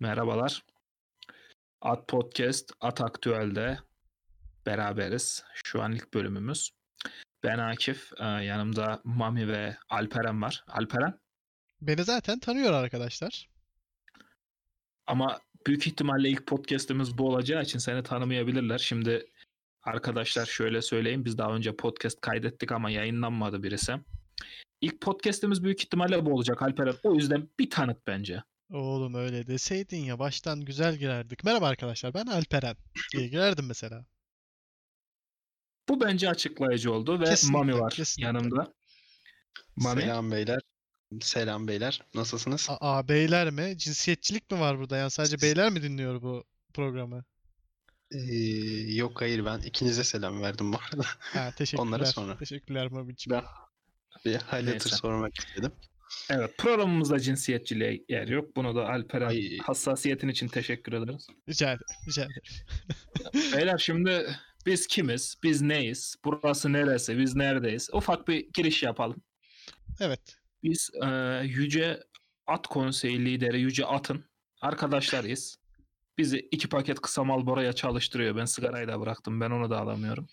Merhabalar. At Podcast, At Aktüel'de beraberiz. Şu an ilk bölümümüz. Ben Akif, yanımda Mami ve Alperen var. Alperen? Beni zaten tanıyor arkadaşlar. Ama büyük ihtimalle ilk podcast'imiz bu olacağı için seni tanımayabilirler. Şimdi arkadaşlar şöyle söyleyeyim. Biz daha önce podcast kaydettik ama yayınlanmadı birisi. İlk podcast'imiz büyük ihtimalle bu olacak Alperen. O yüzden bir tanıt bence. Oğlum öyle deseydin ya baştan güzel girerdik. Merhaba arkadaşlar ben Alperen diye girerdim mesela. Bu bence açıklayıcı oldu ve Kesinlikle, Mami var kesinlikle. yanımda. Mami? Selam beyler. Selam beyler. Nasılsınız? Beyler mi? Cinsiyetçilik mi var burada? Yani sadece beyler mi dinliyor bu programı? Yok hayır ben ikinize selam verdim bu arada. Teşekkürler. Onlara sonra. Teşekkürler Mami'ciğim. Ben bir hal hatır Neyse. sormak istedim. Evet, programımızda cinsiyetçiliğe yer yok. Bunu da Alperen Ay. hassasiyetin için teşekkür ederiz. Rica ederim. Rica ederim. Beyler şimdi biz kimiz? Biz neyiz? Burası neresi? Biz neredeyiz? Ufak bir giriş yapalım. Evet. Biz Yüce At Konseyi lideri Yüce At'ın arkadaşlarıyız. Bizi 2 paket kısa Marlboro'ya çalıştırıyor. Ben sigarayı da bıraktım. Ben onu da alamıyorum.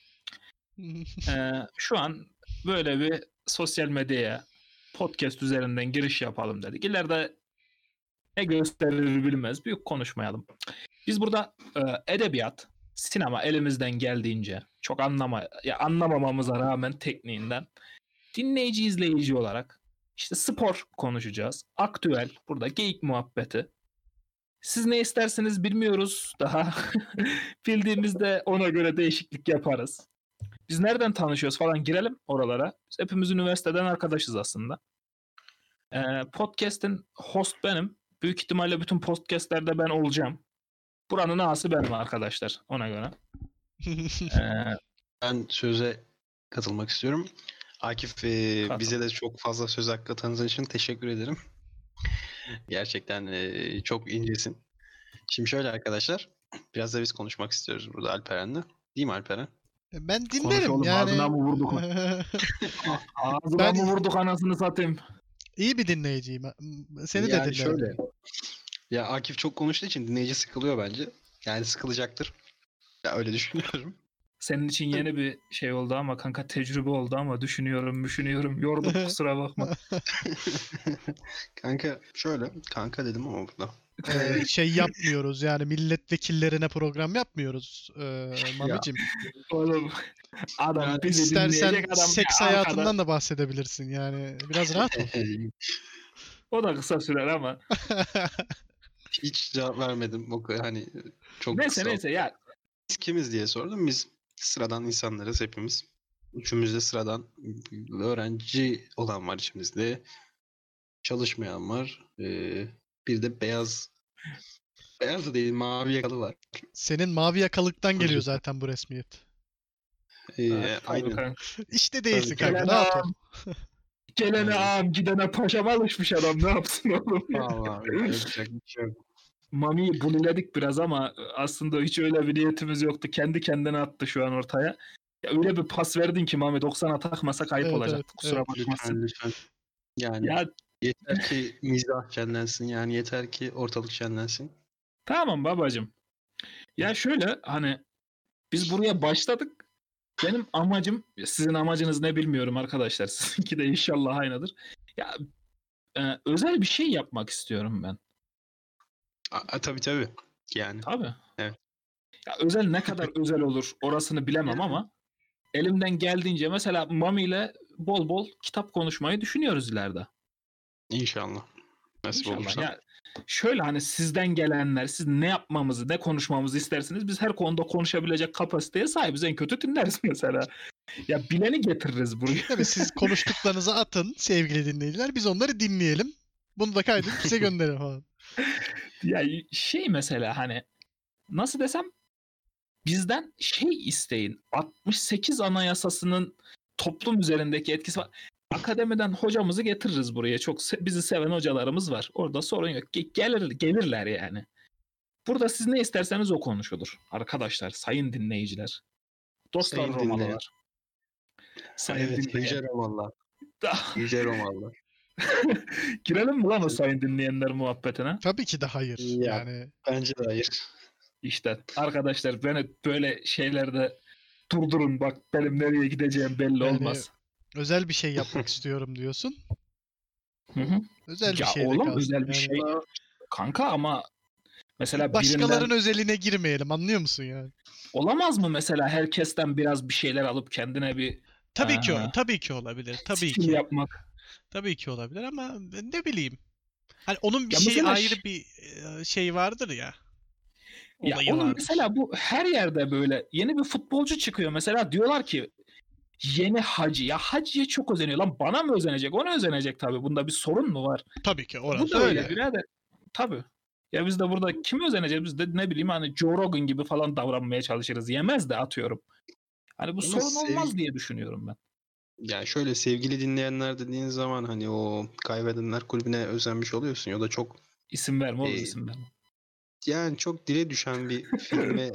Şu an böyle bir sosyal medyaya podcast üzerinden giriş yapalım dedik. İleride ne gösterir bilmez. Büyük konuşmayalım. Biz burada edebiyat, sinema elimizden geldiğince çok anlamamamıza rağmen tekniğinden dinleyici izleyici olarak işte spor konuşacağız. Aktüel, burada geyik muhabbeti. Siz ne isterseniz bilmiyoruz daha. Bildiğimizde ona göre değişiklik yaparız. Biz nereden tanışıyoruz falan girelim oralara. Biz hepimiz üniversiteden arkadaşız aslında. Podcast'in host benim. Büyük ihtimalle bütün podcast'lerde ben olacağım. Buranın ağası benim arkadaşlar ona göre. Ben söze katılmak istiyorum. Akif bize de çok fazla söz hakkı tanıdığın için teşekkür ederim. Gerçekten çok incesin. Şimdi şöyle arkadaşlar. Biraz da biz konuşmak istiyoruz burada Alperen'le. Değil mi Alperen? Ben Konuş dinlerim oğlum, yani. ağzına mı vurduk? Ağzına Ben- mı vurduk anasını satayım? İyi bir dinleyiciyim. Seni de Yani dinlerim. şöyle. Ya Akif çok konuştuğu için dinleyici sıkılıyor bence. Yani sıkılacaktır. Ya öyle düşünüyorum. Senin için yeni bir şey oldu ama kanka tecrübe oldu ama düşünüyorum. Yordum kusura bakma. Kanka şöyle. Kanka dedim ama burada. Şey yapmıyoruz yani milletvekillerine program yapmıyoruz Mami'cim. Oğlum adam Yani bizi İstersen dinleyecek adam. seks ya, hayatından arkada. da bahsedebilirsin yani. Biraz rahat ol. O da kısa sürer ama. Hiç cevap vermedim. O kadar hani çok Neyse kısa. ya. Biz kimiz diye sordum. Biz sıradan insanlarız hepimiz. Üçümüzde sıradan öğrenci olan var içimizde. Çalışmayan var. Bir de beyaz da değil mavi yakalı var. Senin mavi yakalıktan geliyor zaten bu resmiyet. Tabii Aynen. kanka. İşte değilsin Tabii. kanka rahat ol. Gelene Aynen. ağam gidene paşam alışmış adam ne yapsın oğlum ya. Vallahi yapacak bir şey yok. Mami'yi buliledik biraz ama aslında hiç öyle bir niyetimiz yoktu. Kendi kendine attı şu an ortaya. Ya öyle bir pas verdin ki Mami 90'a takmasak ayıp Evet, olacak. evet, Kusura evet. bakmasın. Lütfen. Yani Ya yeter ki mizah şenlensin. Yani yeter ki ortalık şenlensin. tamam babacığım. Ya şöyle hani biz buraya başladık. Benim amacım, sizin amacınız ne bilmiyorum arkadaşlar. Sizinki de inşallah aynıdır. Ya özel bir şey yapmak istiyorum ben. Tabii. Yani. Tabii. Evet. Ya özel ne kadar özel olur orasını bilemem ama elimden geldiğince mesela Mami ile bol bol kitap konuşmayı düşünüyoruz ileride. İnşallah. Nasip İnşallah. olursa. Ya şöyle hani sizden gelenler, siz ne yapmamızı, ne konuşmamızı isterseniz biz her konuda konuşabilecek kapasiteye sahibiz. En kötü dinleriz mesela. Ya bileni getiririz buraya. Tabii siz konuştuklarınızı atın sevgili dinleyiciler. Biz onları dinleyelim. Bunu da kaydedip size gönderin falan. Ya şey mesela hani nasıl desem bizden şey isteyin. 68 Anayasası'nın toplum üzerindeki etkisi var. Akademiden hocamızı getiririz buraya. Çok bizi seven hocalarımız var. Orada sorun yok. Gelirler yani. Burada siz ne isterseniz o konuşulur. Arkadaşlar, sayın dinleyiciler. Dostlar Sayın Romalılar. Sayın Evet, dinleyen. Yüce Romalılar. Ah, Yüce Romalılar. Girelim mi lan o sayın dinleyenler muhabbetine? Tabii ki de hayır. Ya. Yani Bence de hayır. İşte arkadaşlar beni böyle şeylerde durdurun, bak benim nereye gideceğim belli Yani olmaz. özel bir şey yapmak istiyorum diyorsun. Hı hı. Özel bir Ya şey de oğlum kalsın. özel bir Yani şey kanka ama mesela başkalarının birinden özeline girmeyelim, anlıyor musun yani? olamaz mı mesela herkesten biraz bir şeyler alıp kendine bir Tabii ki olabilir. Tabii stil ki. yapmak. Tabii ki olabilir ama ne bileyim. Hani onun bir Ya şey mesela ayrı bir şey vardır ya. ya Olayı oğlum vardır. mesela bu her yerde böyle yeni bir futbolcu çıkıyor. Mesela diyorlar ki yeni Hacı. Ya Hacı'ya çok özeniyor. Lan bana mı özenecek? Ona özenecek tabii. Bunda bir sorun mu var? Tabii ki Bu orası da öyle öyle. birader. Tabii. Ya biz de burada kime özeneceğiz? Biz de ne bileyim hani Joe Rogan gibi falan davranmaya çalışırız. Yemez de atıyorum. Hani bu Ama sorun olmaz diye düşünüyorum ben. yani şöyle sevgili dinleyenler dediğin zaman hani o kaybedenler kulübüne özenmiş oluyorsun ya da çok İsim verme oğlum, e, isim verme. yani çok dile düşen bir filme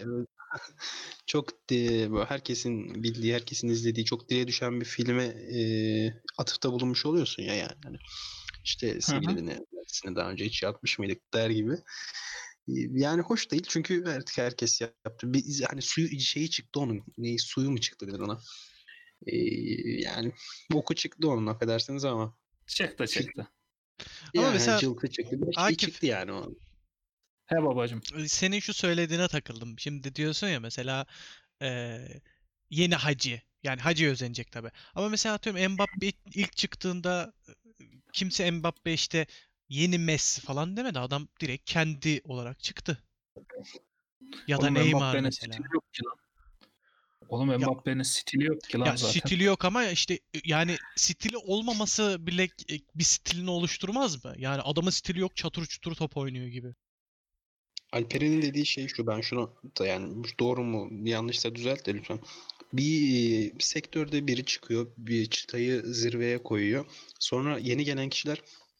böyle herkesin bildiği, herkesin izlediği çok dile düşen bir filme atıfta bulunmuş oluyorsun ya yani. Hani işte Hı sevgili hı. dinleyenler daha önce hiç yapmış mıydık der gibi. Yani hoş değil çünkü artık herkes yaptı. Hani suyu şeyi çıktı onun. Suyu mu çıktı denir ona? Ee, Yani boku çıktı onun affedersiniz ama. Çıktı Fil- çıktı. Ama Yani hani mesela cılkı çıktı. Bir şey Akif, çıktı yani o. He babacım. senin şu söylediğine takıldım. Şimdi diyorsun ya mesela yeni Hacı. Yani Hacı özenecek tabii. Ama mesela atıyorum Mbappe ilk çıktığında kimse Mbappe işte yeni Messi falan demedi. Adam direkt kendi olarak çıktı. Ya da Oğlum Neymar Mbappe'nin stili mesela. yok ki lan. Oğlum Ya Mbappe'nin stili yok ki lan ya zaten. stili yok ama işte yani stili olmaması bile bir stilini oluşturmaz mı? Yani adamın stili yok, çatır çutur top oynuyor gibi. Alperen'in dediği şey şu, ben şunu da yani doğru mu yanlışsa düzelt de lütfen. Bir sektörde biri çıkıyor, bir çıtayı zirveye koyuyor. Sonra yeni gelen kişiler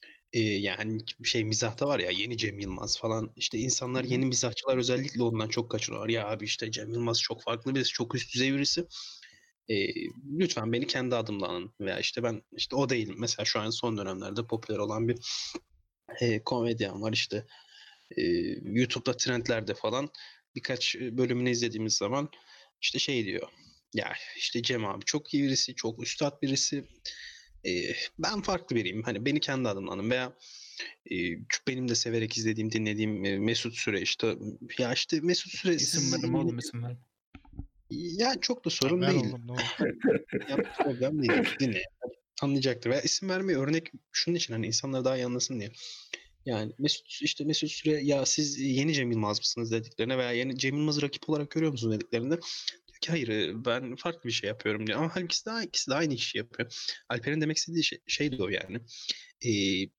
yani şey mizahta var ya, yeni Cem Yılmaz falan, işte Hı insanlar, hı. yeni mizahçılar özellikle ondan çok kaçınıyorlar. Ya abi işte Cem Yılmaz çok farklı birisi, çok üst düzey birisi. E, Lütfen beni kendi adımla anın. Veya işte ben işte o değilim. Mesela şu an son dönemlerde popüler olan bir komedyen var işte, YouTube'da trendlerde falan birkaç bölümünü izlediğimiz zaman işte şey diyor. Ya işte Cem abi çok iyi birisi, çok üstad birisi. Ben farklı biriyim. Hani beni kendi adımla anın. Veya e, benim de severek izlediğim, dinlediğim Mesut Süre işte, ya işte Mesut Süre İsim siz verme oğlum, isim verme. ya çok da Ya sorun ver değil. oğlum ne olur. Ya problem değil. Dinle. Anlayacaktır. Veya isim vermeyi örnek şunun için, hani insanlar daha iyi anlasın diye. Yani Mesut Süre ya siz yeni Cem Yılmaz mısınız dediklerine veya yeni Cem Yılmaz'ı rakip olarak görüyor musunuz dediklerinde diyor ki hayır, ben farklı bir şey yapıyorum diyor. Ama halbuki ikisi de aynı işi yapıyor. Alper'in demek istediği şey de o yani. E,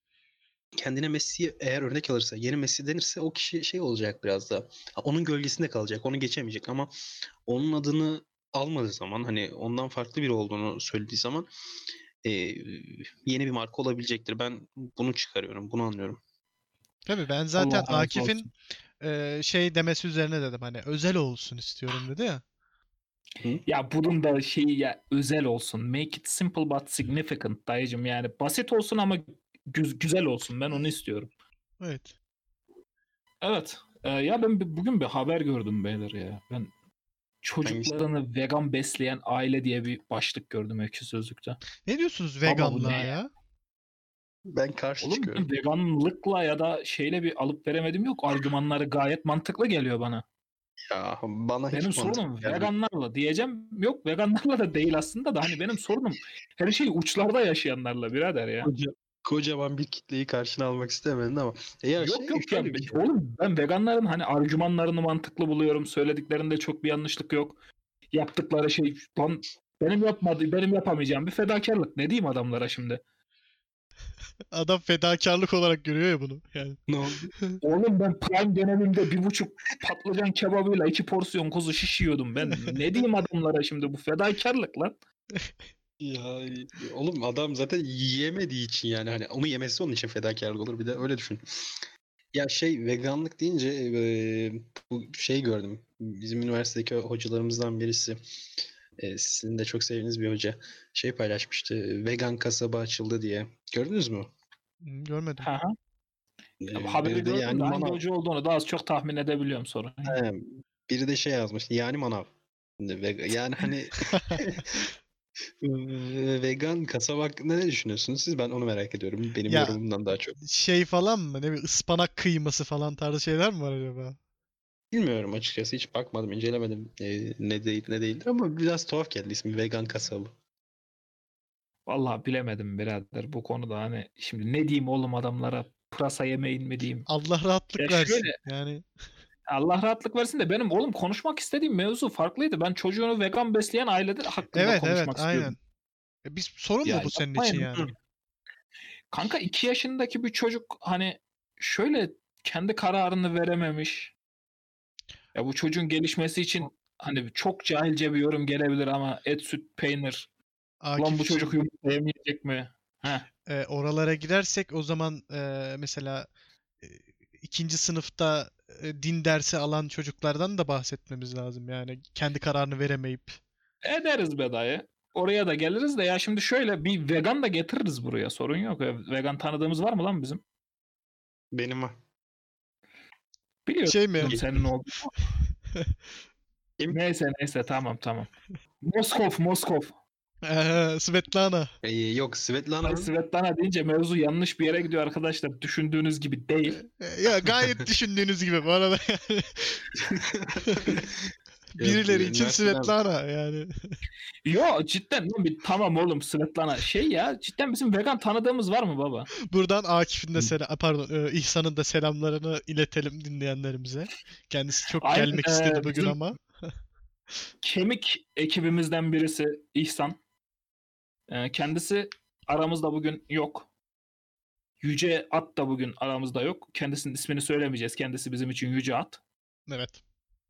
Kendine Messi'yi eğer örnek alırsa, yeni Messi denirse o kişi şey olacak biraz da. Onun gölgesinde kalacak, onu geçemeyecek ama onun adını almadığı zaman, hani ondan farklı biri olduğunu söylediği zaman e, yeni bir marka olabilecektir. Ben bunu çıkarıyorum, bunu anlıyorum. Tabii ben Allah zaten razı Akif'in olsun. şey demesi üzerine dedim hani özel olsun istiyorum dedi ya. Hı? Ya bunun da şeyi ya özel olsun. Make it simple but significant dayıcım, yani basit olsun ama güzel olsun. Ben onu istiyorum. Evet. Evet. Ya ben bugün bir haber gördüm beyler ya. Ben Hangisi? çocuklarını vegan besleyen aile diye bir başlık gördüm Ekşi Sözlük'te. Ne diyorsunuz Baba bu ne veganlığa ya? ya? Ben karşı Oğlum ben çıkıyorum. veganlıkla ya da şeyle bir alıp veremedim yok. Argümanları gayet mantıklı geliyor bana. Ya bana Benim hiç mantıklı sorunum gelmiyor. veganlarla diyeceğim. Yok, veganlarla da değil aslında da hani benim sorunum her şey uçlarda yaşayanlarla birader ya. Koca, Kocaman bir kitleyi karşına almak istemedin ama ya Yok şey yok ya şöyle bir şey. oğlum, ben veganların hani argümanlarını mantıklı buluyorum. Söylediklerinde çok bir yanlışlık yok. Yaptıkları şey lan benim yapamayacağım bir fedakarlık. Ne diyeyim adamlara şimdi? Adam fedakarlık olarak görüyor ya bunu. Yani. Ne oldu? Oğlum ben prime dönemimde 1,5 patlıcan kebabıyla 2 porsiyon kuzu şiş yiyordum. Ben ne diyeyim adamlara şimdi, bu fedakarlık lan. Ya oğlum adam zaten yiyemediği için, yani hani onu yemesi onun için fedakarlık olur, bir de öyle düşün. Ya şey, veganlık deyince bu şey gördüm. Bizim üniversitedeki hocalarımızdan birisi, sizin de çok sevdiğiniz bir hoca şey paylaşmıştı. Vegan kasaba açıldı diye. Gördünüz mü? Görmedim. Hı hı. Haberi Biri de gördüm yani de hangi manav. hoca olduğunu daha az çok tahmin edebiliyorum sorun. He, biri de şey yazmış. Yani manav. Yani hani vegan kasaba hakkında ne düşünüyorsunuz siz? Ben onu merak ediyorum. Benim Ya yorumumdan daha çok. şey falan mı? Ne bileyim ıspanak kıyması falan tarzı şeyler mi var acaba? Bilmiyorum açıkçası. Hiç bakmadım, incelemedim. Ne değil ne değildir ama biraz tuhaf geldi ismi vegan kasabı. Vallahi bilemedim birader bu konuda hani şimdi ne diyeyim oğlum adamlara pırasa yemeyin mi diyeyim. Allah Ya rahatlık versin. şöyle Yani Allah rahatlık versin de benim oğlum konuşmak istediğim mevzu farklıydı. Ben çocuğunu vegan besleyen aileler hakkında evet evet konuşmak aynen. istiyordum. Biz sorun Ya mu bu senin için yapmayın. yani? Hı. Kanka 2 yaşındaki bir çocuk hani şöyle kendi kararını verememiş. Ya bu çocuğun gelişmesi için hani çok cahilce bir yorum gelebilir ama et, süt, peynir. Ulan bu çocuk Akif'cim yumurta yemeyecek mi? Heh. oralara gidersek o zaman mesela e, ikinci sınıfta din dersi alan çocuklardan da bahsetmemiz lazım. Yani kendi kararını veremeyip. Ederiz be dayı. Oraya da geliriz de ya şimdi şöyle bir vegan da getiririz buraya. Sorun yok. Vegan tanıdığımız var mı lan bizim? Benim var. Şey mi? Biliyorum senin olduğunu. Kim? Neyse tamam. Moskov. Svetlana. Ay Yok, Svetlana'nın Svetlana deyince mevzu yanlış bir yere gidiyor arkadaşlar. Düşündüğünüz gibi değil. Ya gayet düşündüğünüz gibi bu arada. yok, Birileri için üniversiteden Svetlana yani. Yo cidden lan bir tamam oğlum Svetlana şey ya cidden bizim vegan tanıdığımız var mı baba? Buradan Akif'in de pardon İhsan'ın da selamlarını iletelim dinleyenlerimize. Kendisi çok Aynen gelmek istedi bugün bizim ama. kemik ekibimizden birisi İhsan. Kendisi aramızda bugün yok. Yüce At da bugün aramızda yok. Kendisinin ismini söylemeyeceğiz. Kendisi bizim için Yüce At. Evet.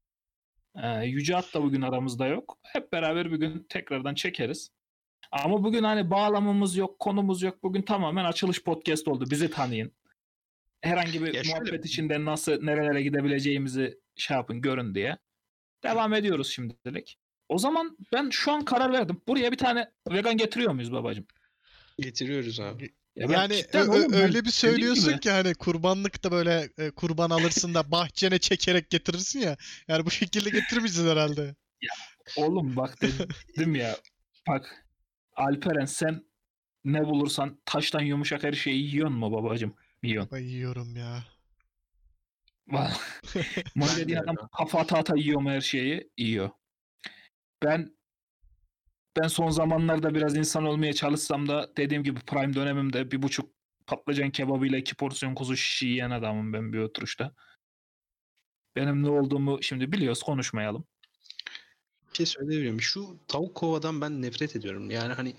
Yüce At da bugün aramızda yok. Hep beraber bir gün tekrardan çekeriz. Ama bugün hani bağlamamız yok, konumuz yok. Bugün tamamen açılış podcast oldu. Bizi tanıyın. Herhangi bir ya şöyle muhabbet içinde nasıl nerelere gidebileceğimizi şey yapın, görün diye. Devam ediyoruz şimdilik. O zaman ben şu an karar verdim. Buraya bir tane vegan getiriyor muyuz babacığım? getiriyoruz abi. Ya bak Yani cidden oğlum ben öyle bir dediğim söylüyorsun gibi ki hani kurbanlık da böyle kurban alırsın da bahçene çekerek getirirsin ya. Yani bu şekilde getirmeyeceğiz herhalde. ya oğlum bak dedim ya bak Alperen sen ne bulursan taştan yumuşak her şeyi yiyorsun mu babacığım? Yiyorsun. Baba yiyorum ya. Vallahi Moni Ben dediğin de adam öyle. kafa ata yiyor mu her şeyi? Yiyor. Ben ben son zamanlarda biraz insan olmaya çalışsam da dediğim gibi prime dönemimde 1,5 patlıcan kebabıyla 2 porsiyon kuzu şişi yiyen adamım ben bir oturuşta. Benim ne olduğumu şimdi biliyoruz konuşmayalım. Bir şey söyleyebilirim. Şu tavuk kovadan ben nefret ediyorum. Yani hani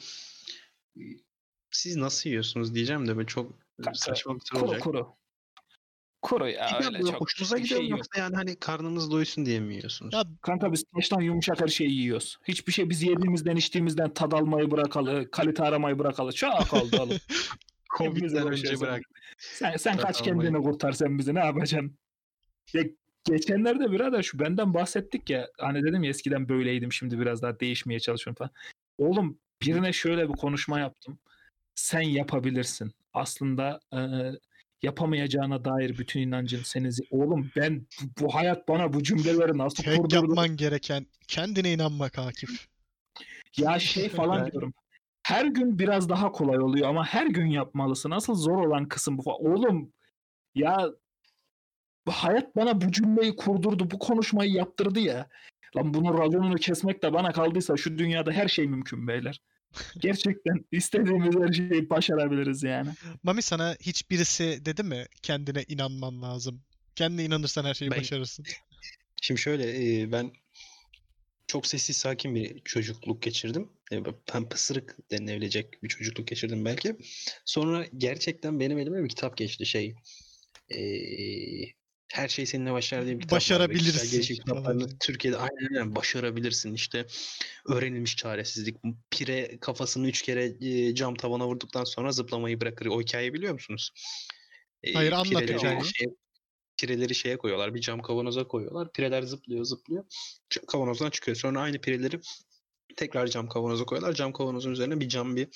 siz nasıl yiyorsunuz diyeceğim de böyle çok Kanka saçma bir soru kuru olacak. kuru. Kuru ya Bilmem öyle böyle çok hoşunuza bir gidiyor şey mu yok. yoksa yani hani karnınız doysun diye mi Ya yiyorsunuz? Kanka biz taştan yumuşak her şeyi yiyoruz. Hiçbir şey biz yediğimizden içtiğimizden tad almayı bırakalı, kalite aramayı bırakalı. Çok oldu oğlum. Hepimizi Covid'den boş ver önce sen. bırak. Sen kaç Almayı. kendini kurtar sen bizi ne yapacaksın? Ya geçenlerde birader şu benden bahsettik ya. Hani dedim ya eskiden böyleydim şimdi biraz daha değişmeye çalışıyorum falan. Oğlum birine şöyle bir konuşma yaptım. Sen yapabilirsin. Aslında yapamayacağına dair bütün inancın senin. Oğlum ben bu hayat bana bu cümleleri nasıl tek kurdurdu? yapman gereken kendine inanmak Akif. Ya şey falan Yani diyorum. Her gün biraz daha kolay oluyor ama her gün yapmalısın. Asıl zor olan kısım bu. Oğlum ya bu hayat bana bu cümleyi kurdurdu. Bu konuşmayı yaptırdı ya. Lan bunun raconunu kesmek de bana kaldıysa şu dünyada her şey mümkün beyler. Gerçekten istediğimiz her şeyi başarabiliriz yani. Mami sana hiçbirisi dedi mi kendine inanman lazım. Kendine inanırsan her şeyi ben başarırsın. şimdi şöyle ben çok sessiz sakin bir çocukluk geçirdim. Ben pısırık denilebilecek bir çocukluk geçirdim belki. Sonra gerçekten benim elime bir kitap geçti e, Her Şey Seninle Başlar diye bir kitap vardı. Kişisel Başarabilirsin gelişim falan. kitaplarını Türkiye'de aynen başarabilirsin. İşte öğrenilmiş çaresizlik. Pire kafasını 3 kere cam tavana vurduktan sonra zıplamayı bırakır. O hikayeyi biliyor musunuz? Hayır anlat Pireleri hikayeyi. pireleri şeye koyuyorlar. Bir cam kavanoza koyuyorlar. Pireler zıplıyor. Kavanozdan çıkıyor. Sonra aynı pireleri tekrar cam kavanoza koyuyorlar. Cam kavanozun üzerine bir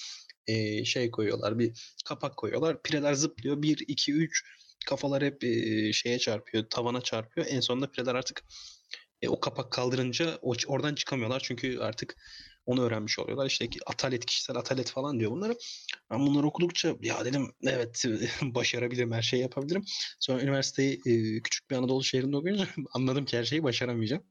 şey koyuyorlar. Bir kapak koyuyorlar. Pireler zıplıyor. 1, 2, 3 kafalar hep şeye çarpıyor. Tavana çarpıyor. En sonunda pireler artık o kapak kaldırınca oradan çıkamıyorlar. Çünkü artık onu öğrenmiş oluyorlar. İşte atalet, kişisel atalet falan diyor bunları. Ben bunları okudukça ya dedim evet başarabilirim, her şeyi yapabilirim. Sonra üniversiteyi küçük bir Anadolu şehrinde okuyunca anladım ki her şeyi başaramayacağım.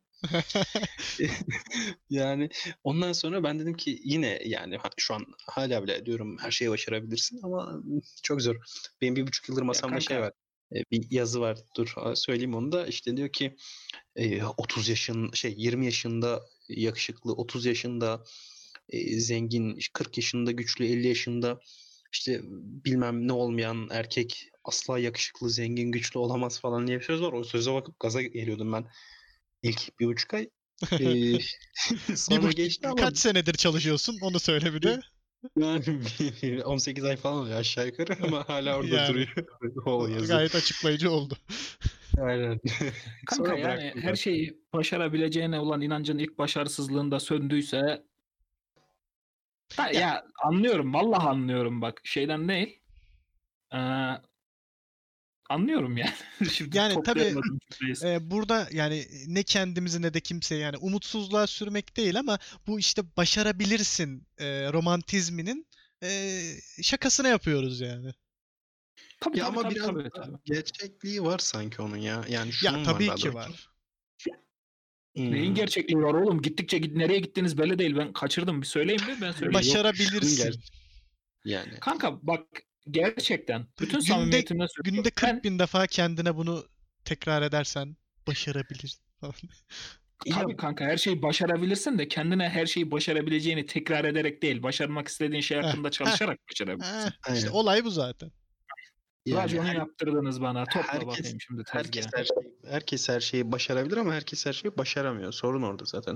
Yani ondan sonra ben dedim ki yine yani şu an hala bile diyorum her şeyi başarabilirsin ama çok zor. Benim 1,5 yıldır Ya masamda şey kanka var. Bir yazı var. Dur söyleyeyim onu da. İşte diyor ki 30 yaşın 20 yaşında yakışıklı, 30 yaşında zengin, 40 yaşında güçlü, 50 yaşında işte bilmem ne olmayan erkek asla yakışıklı, zengin, güçlü olamaz falan diye bir söz var. O söze bakıp gaza geliyordum ben ilk 1,5 ay. Ee, sonra geçti ama Kaç senedir çalışıyorsun onu söyle bir de. yani 18 ay falan oluyor aşağı yukarı ama hala orada Yani duruyor o yazı. gayet açıklayıcı oldu. Aynen. kanka Sonra yani bıraktım her zaten. şeyi başarabileceğine olan inancın ilk başarısızlığında söndüyse Ya ya anlıyorum, vallahi anlıyorum, bak şeyden değil. Ee, anlıyorum yani. Şimdi Yani tabii toplayamadım cümleyi. burada yani ne kendimizi ne de kimseyi yani umutsuzluğa sürmek değil ama bu işte başarabilirsin romantizminin şakasına yapıyoruz yani. Tabii ya tabii ama tabii biraz tabii da tabii. gerçekliği var sanki onun ya. Yani Ya şunun var tabii daha ki doğrusu. var. Neyin Hmm, gerçekliği var oğlum? Gittikçe nereye gittiğiniz belli değil. Ben kaçırdım. Bir söyleyin mi? Ben söyleyeyim. yok şunun Başarabilirsin. yani. Kanka bak, gerçekten bütün Günde samimiyetimle günde söylüyorum. 40 bin defa kendine bunu tekrar edersen başarabilirsin falan. Ya Tabii kanka, her şeyi başarabilirsin de kendine her şeyi başarabileceğini tekrar ederek değil, başarmak istediğin şey Heh, hakkında heh, çalışarak başarabilirsin. işte aynen. olay bu zaten. Yani Raconu yaptırdınız bana. Topla herkes bakayım şimdi herkes tezgahı. herkes her şeyi başarabilir ama herkes her şeyi başaramıyor. Sorun orada zaten.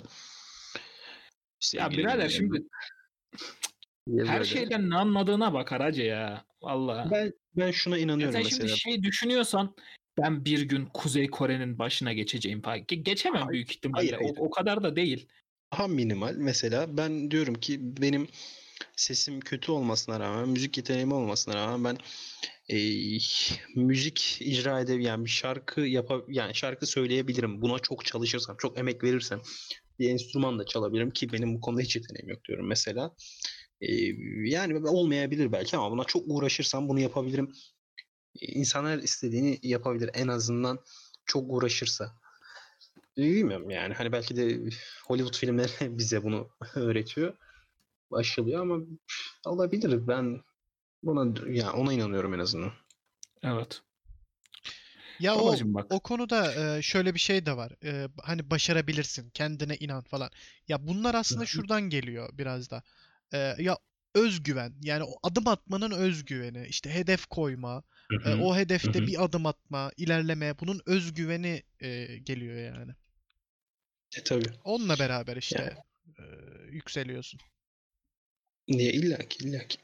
Ya Sevgili birader dinleyenler. şimdi Niye her böyle? şeyden ne anladığına bakar hacı ya. Vallahi. Ben şuna Ya inanıyorum sen şimdi mesela. şey düşünüyorsan ben bir gün Kuzey Kore'nin başına geçeceğim falan. Geçemem Hayır, büyük hayır, ihtimalle. hayır. O kadar da değil. Daha minimal. Mesela ben diyorum ki benim sesim kötü olmasına rağmen, müzik yeteneğim olmasına rağmen ben eee, müzik icra yani bir şarkı yani şarkı söyleyebilirim. Buna çok çalışırsam, çok emek verirsem bir enstrüman da çalabilirim ki benim bu konuda hiç yeteneğim yok diyorum mesela. Yani olmayabilir belki ama buna çok uğraşırsam bunu yapabilirim. İnsanlar istediğini yapabilir en azından çok uğraşırsa. Bilmiyorum yani hani belki de Hollywood filmleri bize bunu öğretiyor, aşılıyor ama olabilir. Ben ona inanıyorum en azından. Evet. Ya Babacım o bak. konuda şöyle bir şey de var. Hani başarabilirsin, kendine inan falan. Ya bunlar aslında şuradan geliyor biraz da. Ya özgüven, yani o adım atmanın özgüveni, işte hedef koyma, Hı hı. o Hı hedefte hı. bir adım atma, ilerleme, bunun özgüveni geliyor yani. Tabii. Onunla beraber Yani işte e, yükseliyorsun. niye illa ki.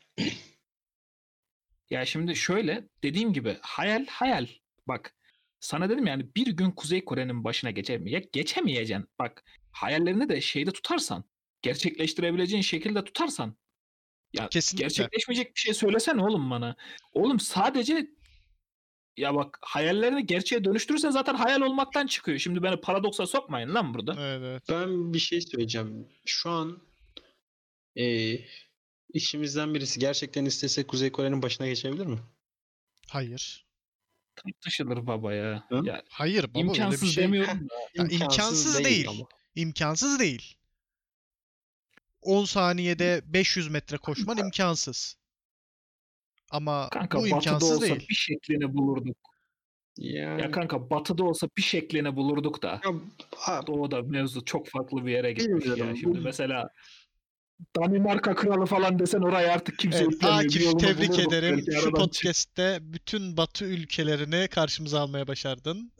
Ya şimdi şöyle dediğim gibi hayal hayal. Bak sana dedim yani bir gün Kuzey Kore'nin başına geçer mi? Ya geçemeyeceksin. Bak hayallerini de şeyde tutarsan, gerçekleştirebileceğin şekilde tutarsan, ya Kesinlikle. gerçekleşmeyecek bir şey söylesene oğlum bana. Oğlum sadece ya bak, hayallerini gerçeğe dönüştürürsen zaten hayal olmaktan çıkıyor. Şimdi beni paradoksa sokmayın lan burada. Evet, evet. Ben bir şey söyleyeceğim. Şu an e, işimizden birisi gerçekten istese Kuzey Kore'nin başına geçebilir mi? Hayır. Tartışılır baba ya. Hı? Ya Hayır baba, öyle bir imkansız şey. demiyorum da. Ya İmkansız imkansız değil değil. ama. İmkansız değil. 10 saniyede 500 metre koşman imkansız. Ama bu Kanka batıda imkansız olsa değil. bir şeklini bulurduk. Ya Yani kanka batıda olsa bir şeklini bulurduk da. ya, ha, Doğuda mevzu çok farklı bir yere gitmiş ya. bilmiyorum. Bu Şimdi mesela Danimarka kralı falan desen orayı artık kimse Evet, yüklemiyor. Bir Akif yolunu tebrik bulurduk ederim. belki Şu aradan çık. podcast'te bütün Batı ülkelerini karşımıza almaya başardın.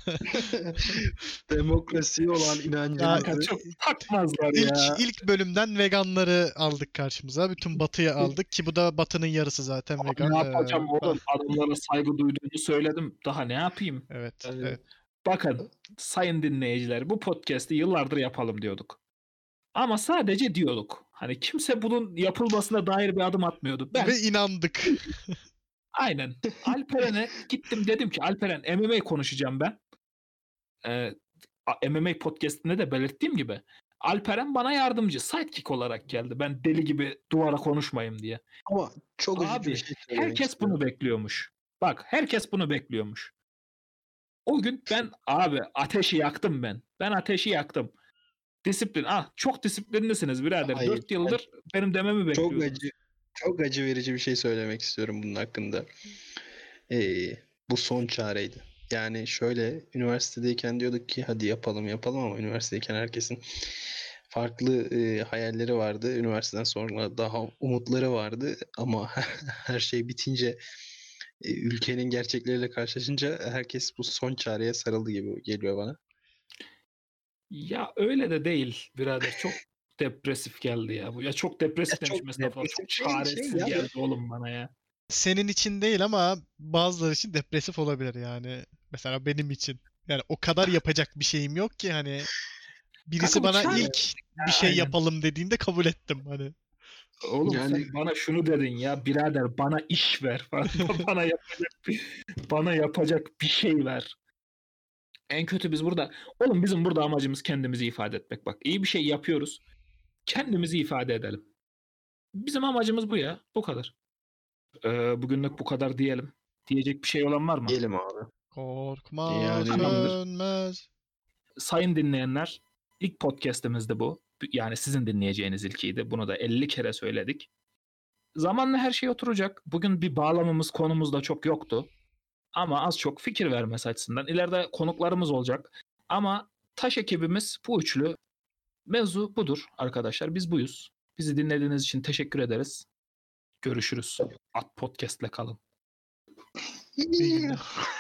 demokrasiye olan Ya, Kanka inancımızı çok takmazlar ilk ya. ilk bölümden veganları aldık karşımıza. Bütün Batı'yı aldık ki bu da Batı'nın yarısı zaten Ne vegan. yapacağım oğlum? Adamlara saygı duyduğumu söyledim. Daha ne yapayım? Evet, yani, evet. Bakın sayın dinleyiciler, bu podcast'i yıllardır yapalım diyorduk. Ama sadece diyorduk. Hani kimse bunun yapılmasına dair bir adım atmıyordu. Ben Ve inandık. aynen Alperen'e gittim, dedim ki Alperen, MMA konuşacağım ben. MMA podcast'inde de belirttiğim gibi Alperen bana yardımcı, sidekick olarak geldi. Ben deli gibi duvara konuşmayayım diye. Ama çok üzücü Abi bir şey söylemek herkes istiyorum. bunu bekliyormuş. Bak herkes bunu bekliyormuş. O gün ben abi ateşi yaktım ben. Ben ateşi yaktım. Disiplin. Çok disiplinlisiniz birader. Hayır, 4 yıldır benim dememi Çok bekliyordunuz. çok acı verici bir şey söylemek istiyorum bunun hakkında. Bu son çareydi. Yani şöyle, üniversitedeyken diyorduk ki hadi yapalım ama üniversitedeyken herkesin farklı hayalleri vardı. Üniversiteden sonra daha umutları vardı ama her şey bitince ülkenin gerçekleriyle karşılaşınca herkes bu son çareye sarıldı gibi geliyor bana. Ya öyle de değil birader. Çok depresif geldi ya bu. Ya çok depresif demiş Çok Mustafa. depresif Çok değil, çaresiz ya. geldi oğlum bana ya. Senin için değil ama bazıları için depresif olabilir yani. Mesela benim için. Yani o kadar yapacak bir şeyim yok ki hani birisi Kanka bu bana çare- ilk bir şey aynen. yapalım dediğinde kabul ettim hani. Oğlum Yani- sen bana şunu dedin ya birader, bana iş ver falan. bana yapacak bir şey ver. En kötü biz burada, oğlum bizim burada amacımız kendimizi ifade etmek. Bak iyi bir şey yapıyoruz. Kendimizi ifade edelim. Bizim amacımız bu ya. Bu kadar. Bugünlük bu kadar diyelim. Diyecek bir şey olan var mı? Diyelim abi. Korkma Yani- sönmez. Sayın dinleyenler, ilk podcast'imizdi bu. Yani sizin dinleyeceğiniz ilkiydi. Bunu da 50 kere söyledik. Zamanla her şey oturacak. Bugün bir bağlamımız, konumuz da çok yoktu. Ama az çok fikir vermesi açısından. İleride konuklarımız olacak. Ama taş ekibimiz bu üçlü. Mevzu budur arkadaşlar. Biz buyuz. Bizi dinlediğiniz için teşekkür ederiz. Görüşürüz. At Podcast'le kalın. İyi günler.